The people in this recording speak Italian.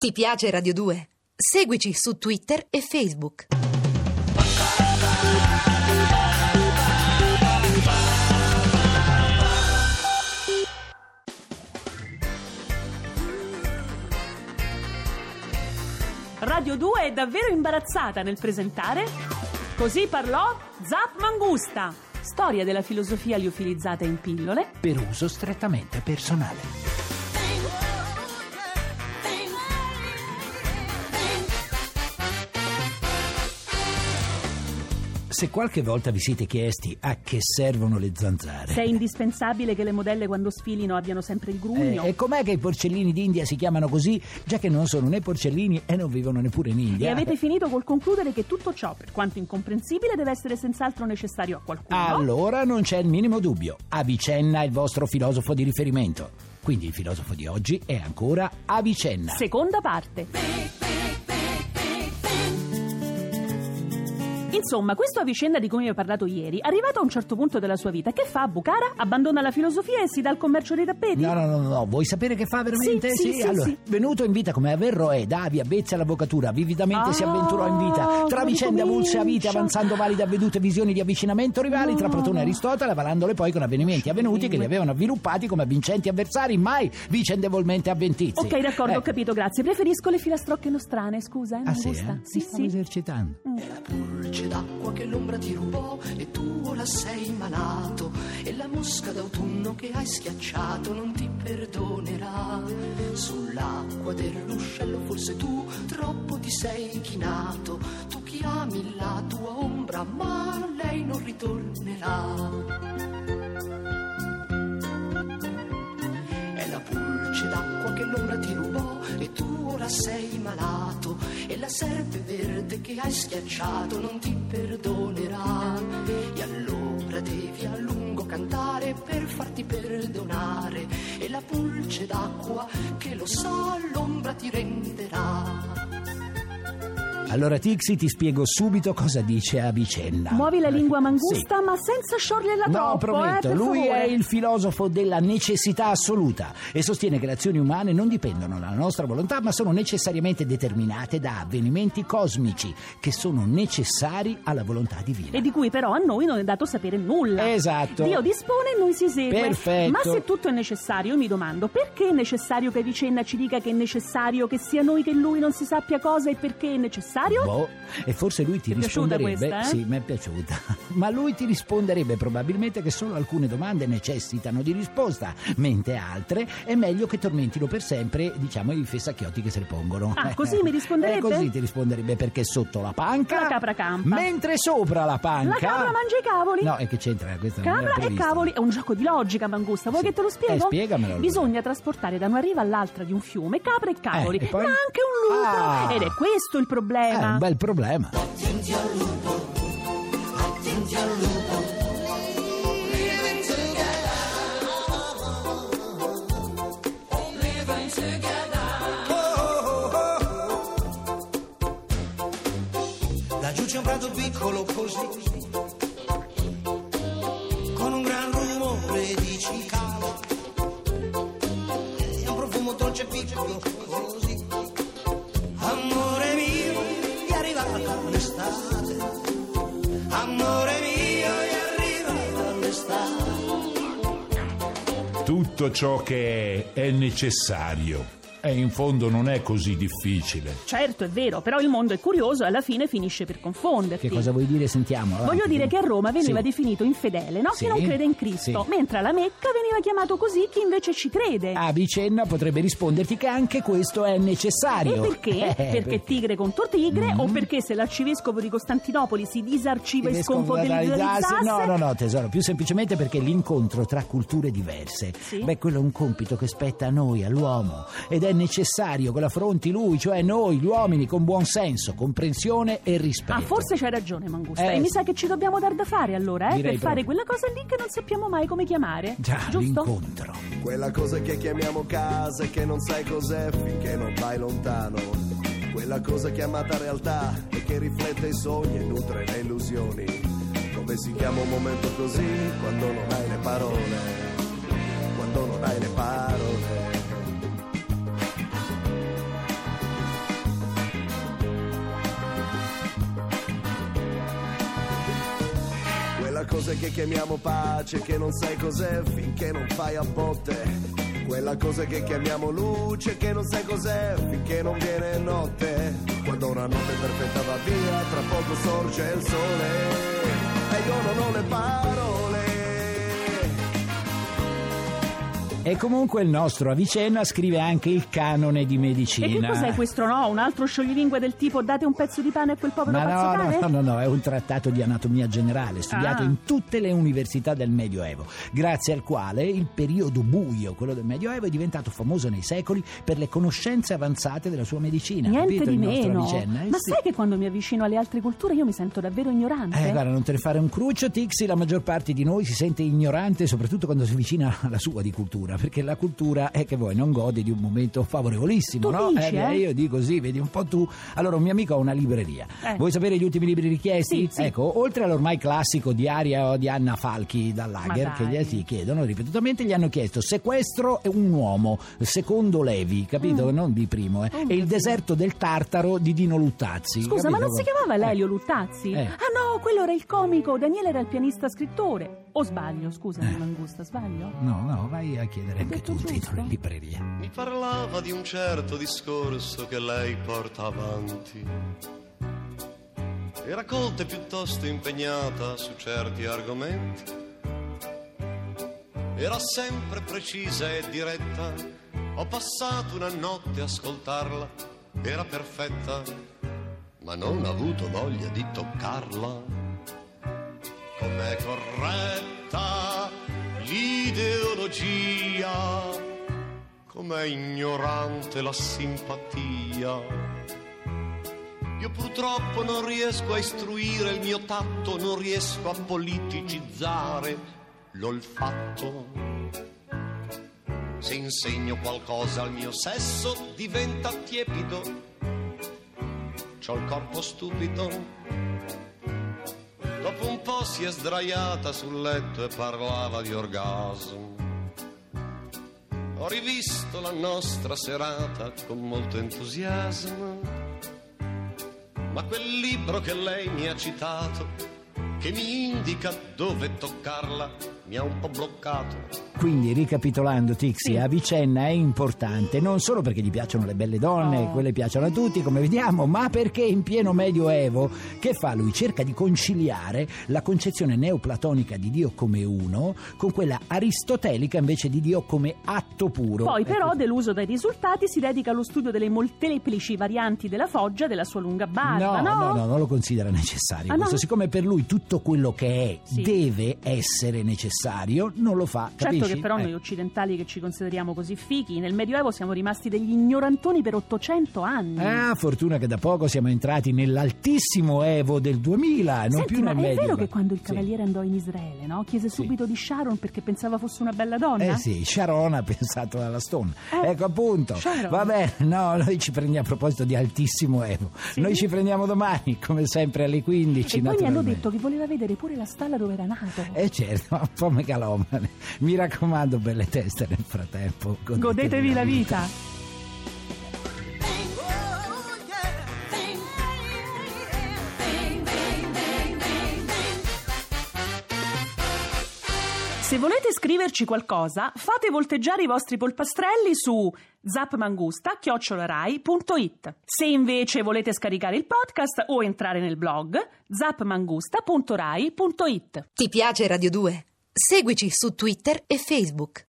Ti piace Radio 2? Seguici su Twitter e Facebook. Radio 2 è davvero imbarazzata nel presentare Così parlò Zap Mangusta, storia della filosofia liofilizzata in pillole per uso strettamente personale. Se qualche volta vi siete chiesti a che servono le zanzare, se è indispensabile che le modelle quando sfilino abbiano sempre il grugno, e com'è che i porcellini d'India si chiamano così, già che non sono né porcellini e non vivono neppure in India? E avete finito col concludere che tutto ciò, per quanto incomprensibile, deve essere senz'altro necessario a qualcuno? Allora non c'è il minimo dubbio, Avicenna è il vostro filosofo di riferimento. Quindi il filosofo di oggi è ancora Avicenna. Seconda parte. Insomma, questo Avicenna di cui vi ho parlato ieri, arrivato a un certo punto della sua vita, che fa, Bucara? Abbandona la filosofia e si dà al commercio dei tappeti? No, vuoi sapere che fa veramente? Sì. Allora, venuto in vita come Averroè, da Avia, Bezza all'avvocatura, vividamente si avventurò in vita, tra vicende avulse a vite, avanzando valide avvedute visioni di avvicinamento rivali tra Platone e Aristotele, avalandole poi con avvenimenti avvenuti che li avevano avviluppati come vincenti avversari, mai vicendevolmente avventizi. Ok, d'accordo, ho capito, grazie. Preferisco le filastrocche nostrane, scusa, non gusta. Sì. Stavo esercitando. E la pulce d'acqua che l'ombra ti rubò e tu ora sei malato, e la mosca d'autunno che hai schiacciato non ti perdonerà. Sull'acqua del ruscello forse tu troppo ti sei inchinato, tu che ami la tua ombra ma lei non ritornerà. È la pulce d'acqua che l'ombra ti rubò e tu ora sei malato, e la serpe verde che hai schiacciato non ti perdonerà. E allora devi a lungo cantare per farti perdonare, e la pulce d'acqua che lo sa l'ombra ti renderà. Allora Tixi, ti spiego subito cosa dice Avicenna. Muovi la lingua mangusta, sì, ma senza scioglierla troppo. No, prometto, lui favore. È il filosofo della necessità assoluta e sostiene che le azioni umane non dipendono dalla nostra volontà, ma sono necessariamente determinate da avvenimenti cosmici che sono necessari alla volontà divina. E di cui però a noi non è dato sapere nulla. Esatto. Dio dispone e noi si esegue. Perfetto. Ma se tutto è necessario, io mi domando, perché è necessario che Avicenna ci dica che è necessario che sia noi che lui non si sappia cosa e perché è necessario? Boh, e forse lui ti risponderebbe. Questa, Sì, mi è piaciuta. Ma lui ti risponderebbe probabilmente che solo alcune domande necessitano di risposta, mentre altre è meglio che tormentino per sempre, diciamo, i fessacchiotti che se le pongono. Ah, così mi risponderebbe? Così ti risponderebbe, perché sotto la panca la capra campa, mentre sopra la panca la capra mangia i cavoli. No, e che c'entra questa? Capra e cavoli è un gioco di logica, Mangusta. Vuoi che te lo spiego? Spiegamelo. Bisogna trasportare da una riva all'altra di un fiume capra e cavoli, e poi? ma anche un lupo. Ed è questo il problema. È un bel problema. Attenti al lupo, attenti al lupo. Living together, living together. Laggiù c'è un prato piccolo così, con un gran rumore di cicale, e un profumo dolce piccolo così. Amore mio, è arrivata l'estate. Amore mio, è arrivata l'estate. Tutto ciò che è necessario. E in fondo non è così difficile. Certo, è vero, però il mondo è curioso e alla fine finisce per confonderti. Che cosa vuoi dire? Sentiamo. Voglio dire che a Roma veniva definito infedele, no? Sì. Chi non crede in Cristo, mentre alla Mecca veniva chiamato così chi invece ci crede. Avicenna potrebbe risponderti che anche questo è necessario. E perché? Perché tigre contro tigre, o perché se l'arcivescovo di Costantinopoli si disarciva e sconfodernizzasse? No, tesoro, più semplicemente perché l'incontro tra culture diverse, quello è un compito che spetta a noi, all'uomo, ed è necessario che lo affronti lui, cioè noi, gli uomini, con buon senso, comprensione e rispetto. Ah, forse c'hai ragione, Mangusta, e mi sa che ci dobbiamo dar da fare allora, per fare quella cosa lì che non sappiamo mai come chiamare. Già, giusto? L'incontro. Quella cosa che chiamiamo casa e che non sai cos'è finché non vai lontano. Quella cosa chiamata realtà e che riflette i sogni e nutre le illusioni. Come si chiama un momento così quando non hai le parole? Quando non hai le parole. cosa che chiamiamo pace, che non sai cos'è finché non fai a botte. Quella cosa che chiamiamo luce, che non sai cos'è finché non viene notte. Quando una notte perfetta va via, tra poco sorge il sole e io non ho le parole. E comunque il nostro Avicenna scrive anche il canone di medicina. E che cos'è questo, no? Un altro scioglilingue del tipo date un pezzo di pane a quel povero pazzo cane? No, è un trattato di anatomia generale studiato in tutte le università del Medioevo, grazie al quale il periodo buio, quello del Medioevo, è diventato famoso nei secoli per le conoscenze avanzate della sua medicina. Niente capito? di Il nostro meno. Avicenna, Ma sì. sai che quando mi avvicino alle altre culture io mi sento davvero ignorante? Guarda, non te ne fare un cruccio, Tixi, la maggior parte di noi si sente ignorante soprattutto quando si avvicina alla sua di cultura, perché la cultura è che voi non gode di un momento favorevolissimo, tu no? dici, Io dico sì, vedi un po' tu. Allora, un mio amico ha una libreria. Vuoi sapere gli ultimi libri richiesti? Sì. Ecco, oltre all'ormai classico Diario di Anna Falchi dal Lager, che gli chiedono ripetutamente, gli hanno chiesto Sequestro e un uomo, secondo Levi, capito? Non di primo, e Il deserto del Tartaro di Dino Luttazzi. Scusa, capito? ma non si chiamava Lelio Luttazzi? Ah no, quello era il comico, Daniele era il pianista scrittore. O sbaglio, scusami Mangusta, sbaglio? No, vai a chiedere anche tu il titolo in libreria. Mi parlava di un certo discorso che lei porta avanti. Era colta e piuttosto impegnata su certi argomenti. Era sempre precisa e diretta. Ho passato una notte a ascoltarla. Era perfetta, ma non ho avuto voglia di toccarla. Com'è corretta l'ideologia, com'è ignorante la simpatia. Io purtroppo non riesco a istruire il mio tatto, non riesco a politicizzare l'olfatto. Se insegno qualcosa al mio sesso diventa tiepido. C'ho il corpo stupido. Dopo un po' si è sdraiata sul letto e parlava di orgasmo. Ho rivisto la nostra serata con molto entusiasmo, ma quel libro che lei mi ha citato, che mi indica dove toccarla, mi ha un po' bloccato. Quindi, ricapitolando, Tixi, Avicenna è importante non solo perché gli piacciono le belle donne, quelle piacciono a tutti, come vediamo, ma perché in pieno Medioevo, che fa lui? Cerca di conciliare la concezione neoplatonica di Dio come uno con quella aristotelica invece di Dio come atto puro. Poi però, deluso dai risultati, si dedica allo studio delle molteplici varianti della foggia della sua lunga barba, no, non lo considera necessario questo. No? Siccome per lui tutto quello che è deve essere necessario, non lo fa, certo. capisci? Che però noi occidentali che ci consideriamo così fichi, nel Medioevo siamo rimasti degli ignorantoni per 800 anni. Fortuna che da poco siamo entrati nell'altissimo Evo del 2000, non Senti, più nel ma è Medioevo. vero che quando il cavaliere andò in Israele, no? Chiese subito di Sharon perché pensava fosse una bella donna? Sì, Sharon ha pensato alla Stone. Ecco appunto. Sharon. Vabbè, noi ci prendiamo, a proposito di altissimo Evo, noi ci prendiamo domani, come sempre alle 15. E poi mi hanno detto che voleva vedere pure la stalla dove era nato. Certo, un po' megalomane. Mi raccomando, belle teste nel frattempo. Godetevi la vita. Se volete scriverci qualcosa, fate volteggiare i vostri polpastrelli su zapmangusta@rai.it. Se invece volete scaricare il podcast o entrare nel blog, zapmangusta.rai.it. Ti piace Radio 2? Seguici su Twitter e Facebook.